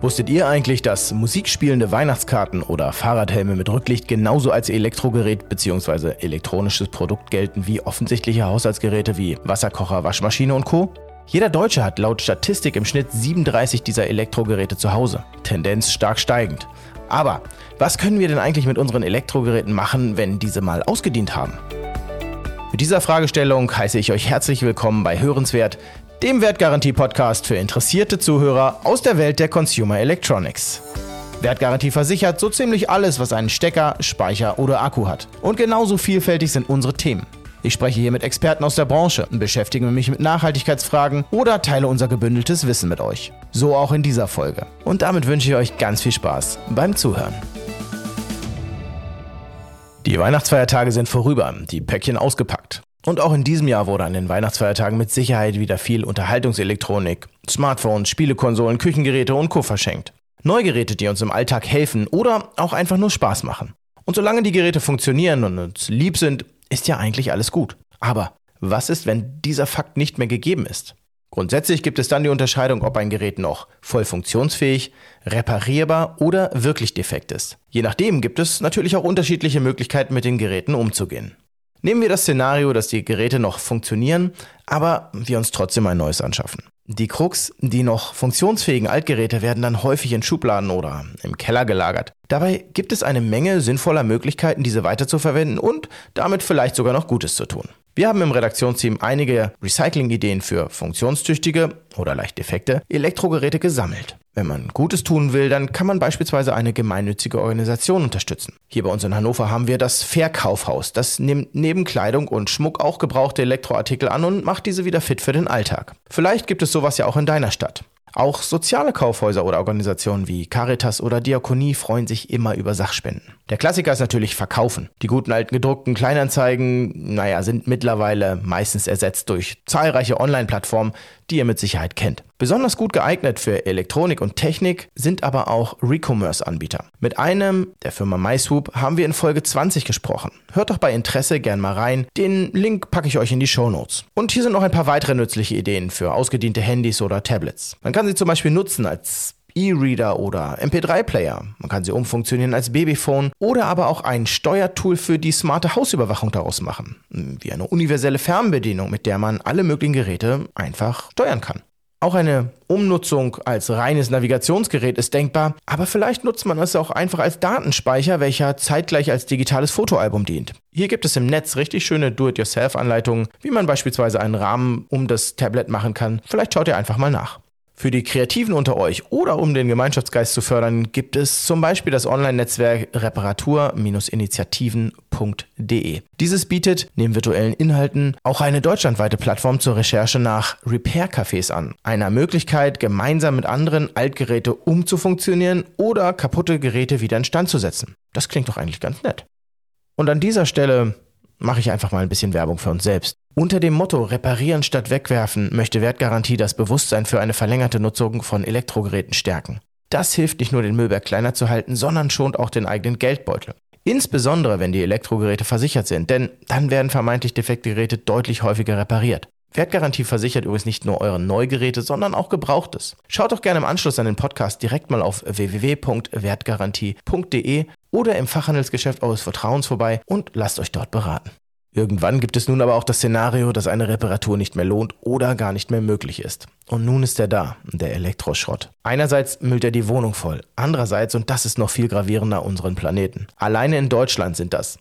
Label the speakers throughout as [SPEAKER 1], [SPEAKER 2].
[SPEAKER 1] Wusstet ihr eigentlich, dass musikspielende Weihnachtskarten oder Fahrradhelme mit Rücklicht genauso als Elektrogerät bzw. elektronisches Produkt gelten wie offensichtliche Haushaltsgeräte wie Wasserkocher, Waschmaschine und Co.? Jeder Deutsche hat laut Statistik im Schnitt 37 dieser Elektrogeräte zu Hause. Tendenz stark steigend. Aber was können wir denn eigentlich mit unseren Elektrogeräten machen, wenn diese mal ausgedient haben? Mit dieser Fragestellung heiße ich euch herzlich willkommen bei Hörenswert, dem Wertgarantie-Podcast für interessierte Zuhörer aus der Welt der Consumer Electronics. Wertgarantie versichert so ziemlich alles, was einen Stecker, Speicher oder Akku hat. Und genauso vielfältig sind unsere Themen. Ich spreche hier mit Experten aus der Branche, beschäftige mich mit Nachhaltigkeitsfragen oder teile unser gebündeltes Wissen mit euch. So auch in dieser Folge. Und damit wünsche ich euch ganz viel Spaß beim Zuhören. Die Weihnachtsfeiertage sind vorüber, die Päckchen ausgepackt. Und auch in diesem Jahr wurde an den Weihnachtsfeiertagen mit Sicherheit wieder viel Unterhaltungselektronik, Smartphones, Spielekonsolen, Küchengeräte und Co. verschenkt. Neugeräte, die uns im Alltag helfen oder auch einfach nur Spaß machen. Und solange die Geräte funktionieren und uns lieb sind, ist ja eigentlich alles gut. Aber was ist, wenn dieser Fakt nicht mehr gegeben ist? Grundsätzlich gibt es dann die Unterscheidung, ob ein Gerät noch voll funktionsfähig, reparierbar oder wirklich defekt ist. Je nachdem gibt es natürlich auch unterschiedliche Möglichkeiten, mit den Geräten umzugehen. Nehmen wir das Szenario, dass die Geräte noch funktionieren, aber wir uns trotzdem ein neues anschaffen. Die Krux, die noch funktionsfähigen Altgeräte werden dann häufig in Schubladen oder im Keller gelagert. Dabei gibt es eine Menge sinnvoller Möglichkeiten, diese weiterzuverwenden und damit vielleicht sogar noch Gutes zu tun. Wir haben im Redaktionsteam einige Recycling-Ideen für funktionstüchtige oder leicht defekte Elektrogeräte gesammelt. Wenn man Gutes tun will, dann kann man beispielsweise eine gemeinnützige Organisation unterstützen. Hier bei uns in Hannover haben wir das Verkaufhaus. Das nimmt neben Kleidung und Schmuck auch gebrauchte Elektroartikel an und macht diese wieder fit für den Alltag. Vielleicht gibt es sowas ja auch in deiner Stadt. Auch soziale Kaufhäuser oder Organisationen wie Caritas oder Diakonie freuen sich immer über Sachspenden. Der Klassiker ist natürlich Verkaufen. Die guten alten gedruckten Kleinanzeigen, sind mittlerweile meistens ersetzt durch zahlreiche Online-Plattformen, die ihr mit Sicherheit kennt. Besonders gut geeignet für Elektronik und Technik sind aber auch Recommerce-Anbieter. Mit einem, der Firma MySwoop, haben wir in Folge 20 gesprochen. Hört doch bei Interesse gern mal rein. Den Link packe ich euch in die Shownotes. Und hier sind noch ein paar weitere nützliche Ideen für ausgediente Handys oder Tablets. Man kann sie zum Beispiel nutzen als E-Reader oder MP3-Player. Man kann sie umfunktionieren als Babyphone oder aber auch ein Steuertool für die smarte Hausüberwachung daraus machen. Wie eine universelle Fernbedienung, mit der man alle möglichen Geräte einfach steuern kann. Auch eine Umnutzung als reines Navigationsgerät ist denkbar, aber vielleicht nutzt man es auch einfach als Datenspeicher, welcher zeitgleich als digitales Fotoalbum dient. Hier gibt es im Netz richtig schöne Do-it-yourself-Anleitungen, wie man beispielsweise einen Rahmen um das Tablet machen kann. Vielleicht schaut ihr einfach mal nach. Für die Kreativen unter euch oder um den Gemeinschaftsgeist zu fördern, gibt es zum Beispiel das Online-Netzwerk reparatur-initiativen.de. Dieses bietet neben virtuellen Inhalten auch eine deutschlandweite Plattform zur Recherche nach Repair-Cafés an. Einer Möglichkeit, gemeinsam mit anderen Altgeräte umzufunktionieren oder kaputte Geräte wieder instand zu setzen. Das klingt doch eigentlich ganz nett. Und an dieser Stelle mache ich einfach mal ein bisschen Werbung für uns selbst. Unter dem Motto Reparieren statt Wegwerfen möchte Wertgarantie das Bewusstsein für eine verlängerte Nutzung von Elektrogeräten stärken. Das hilft nicht nur, den Müllberg kleiner zu halten, sondern schont auch den eigenen Geldbeutel. Insbesondere, wenn die Elektrogeräte versichert sind, denn dann werden vermeintlich defekte Geräte deutlich häufiger repariert. Wertgarantie versichert übrigens nicht nur eure Neugeräte, sondern auch Gebrauchtes. Schaut doch gerne im Anschluss an den Podcast direkt mal auf www.wertgarantie.de oder im Fachhandelsgeschäft eures Vertrauens vorbei und lasst euch dort beraten. Irgendwann gibt es nun aber auch das Szenario, dass eine Reparatur nicht mehr lohnt oder gar nicht mehr möglich ist. Und nun ist er da, der Elektroschrott. Einerseits müllt er die Wohnung voll, andererseits, und das ist noch viel gravierender, unseren Planeten. Alleine in Deutschland sind das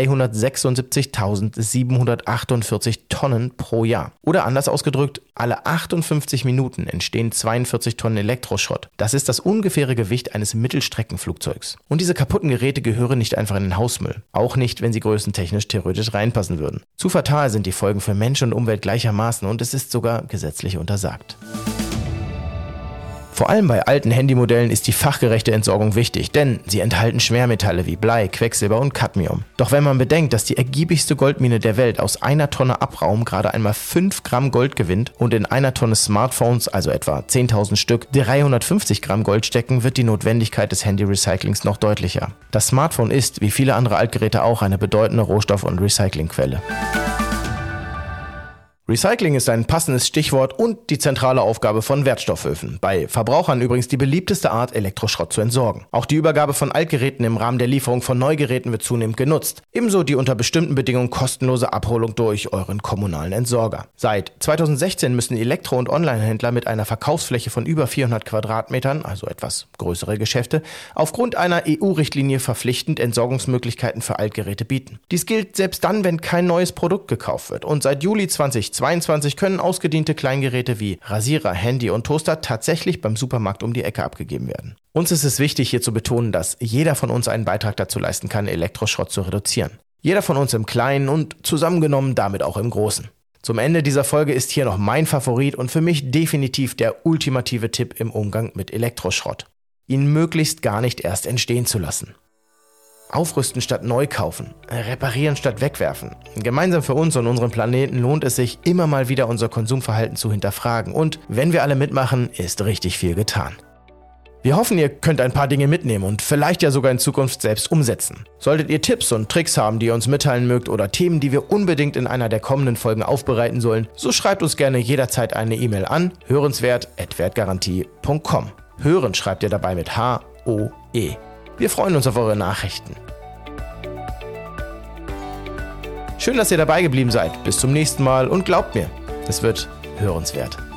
[SPEAKER 1] 376.748 Tonnen pro Jahr. Oder anders ausgedrückt, alle 58 Minuten entstehen 42 Tonnen Elektroschrott. Das ist das ungefähre Gewicht eines Mittelstreckenflugzeugs. Und diese kaputten Geräte gehören nicht einfach in den Hausmüll. Auch nicht, wenn sie größentechnisch theoretisch reinpassen würden. Zu fatal sind die Folgen für Mensch und Umwelt gleichermaßen und es ist sogar gesetzlich untersagt. Vor allem bei alten Handymodellen ist die fachgerechte Entsorgung wichtig, denn sie enthalten Schwermetalle wie Blei, Quecksilber und Cadmium. Doch wenn man bedenkt, dass die ergiebigste Goldmine der Welt aus einer Tonne Abraum gerade einmal 5 Gramm Gold gewinnt und in einer Tonne Smartphones, also etwa 10.000 Stück, 350 Gramm Gold stecken, wird die Notwendigkeit des Handy-Recyclings noch deutlicher. Das Smartphone ist, wie viele andere Altgeräte auch, eine bedeutende Rohstoff- und Recyclingquelle. Recycling ist ein passendes Stichwort und die zentrale Aufgabe von Wertstoffhöfen. Bei Verbrauchern übrigens die beliebteste Art, Elektroschrott zu entsorgen. Auch die Übergabe von Altgeräten im Rahmen der Lieferung von Neugeräten wird zunehmend genutzt. Ebenso die unter bestimmten Bedingungen kostenlose Abholung durch euren kommunalen Entsorger. Seit 2016 müssen Elektro- und Onlinehändler mit einer Verkaufsfläche von über 400 Quadratmetern, also etwas größere Geschäfte, aufgrund einer EU-Richtlinie verpflichtend Entsorgungsmöglichkeiten für Altgeräte bieten. Dies gilt selbst dann, wenn kein neues Produkt gekauft wird. Und seit Juli 2022 können ausgediente Kleingeräte wie Rasierer, Handy und Toaster tatsächlich beim Supermarkt um die Ecke abgegeben werden. Uns ist es wichtig, hier zu betonen, dass jeder von uns einen Beitrag dazu leisten kann, Elektroschrott zu reduzieren. Jeder von uns im Kleinen und zusammengenommen damit auch im Großen. Zum Ende dieser Folge ist hier noch mein Favorit und für mich definitiv der ultimative Tipp im Umgang mit Elektroschrott: ihn möglichst gar nicht erst entstehen zu lassen. Aufrüsten statt neu kaufen, reparieren statt wegwerfen. Gemeinsam für uns und unseren Planeten lohnt es sich, immer mal wieder unser Konsumverhalten zu hinterfragen. Und wenn wir alle mitmachen, ist richtig viel getan. Wir hoffen, ihr könnt ein paar Dinge mitnehmen und vielleicht ja sogar in Zukunft selbst umsetzen. Solltet ihr Tipps und Tricks haben, die ihr uns mitteilen mögt oder Themen, die wir unbedingt in einer der kommenden Folgen aufbereiten sollen, so schreibt uns gerne jederzeit eine E-Mail an hörenswert@wertgarantie.com. Hören schreibt ihr dabei mit H-O-E. Wir freuen uns auf eure Nachrichten. Schön, dass ihr dabei geblieben seid. Bis zum nächsten Mal und glaubt mir, es wird hörenswert.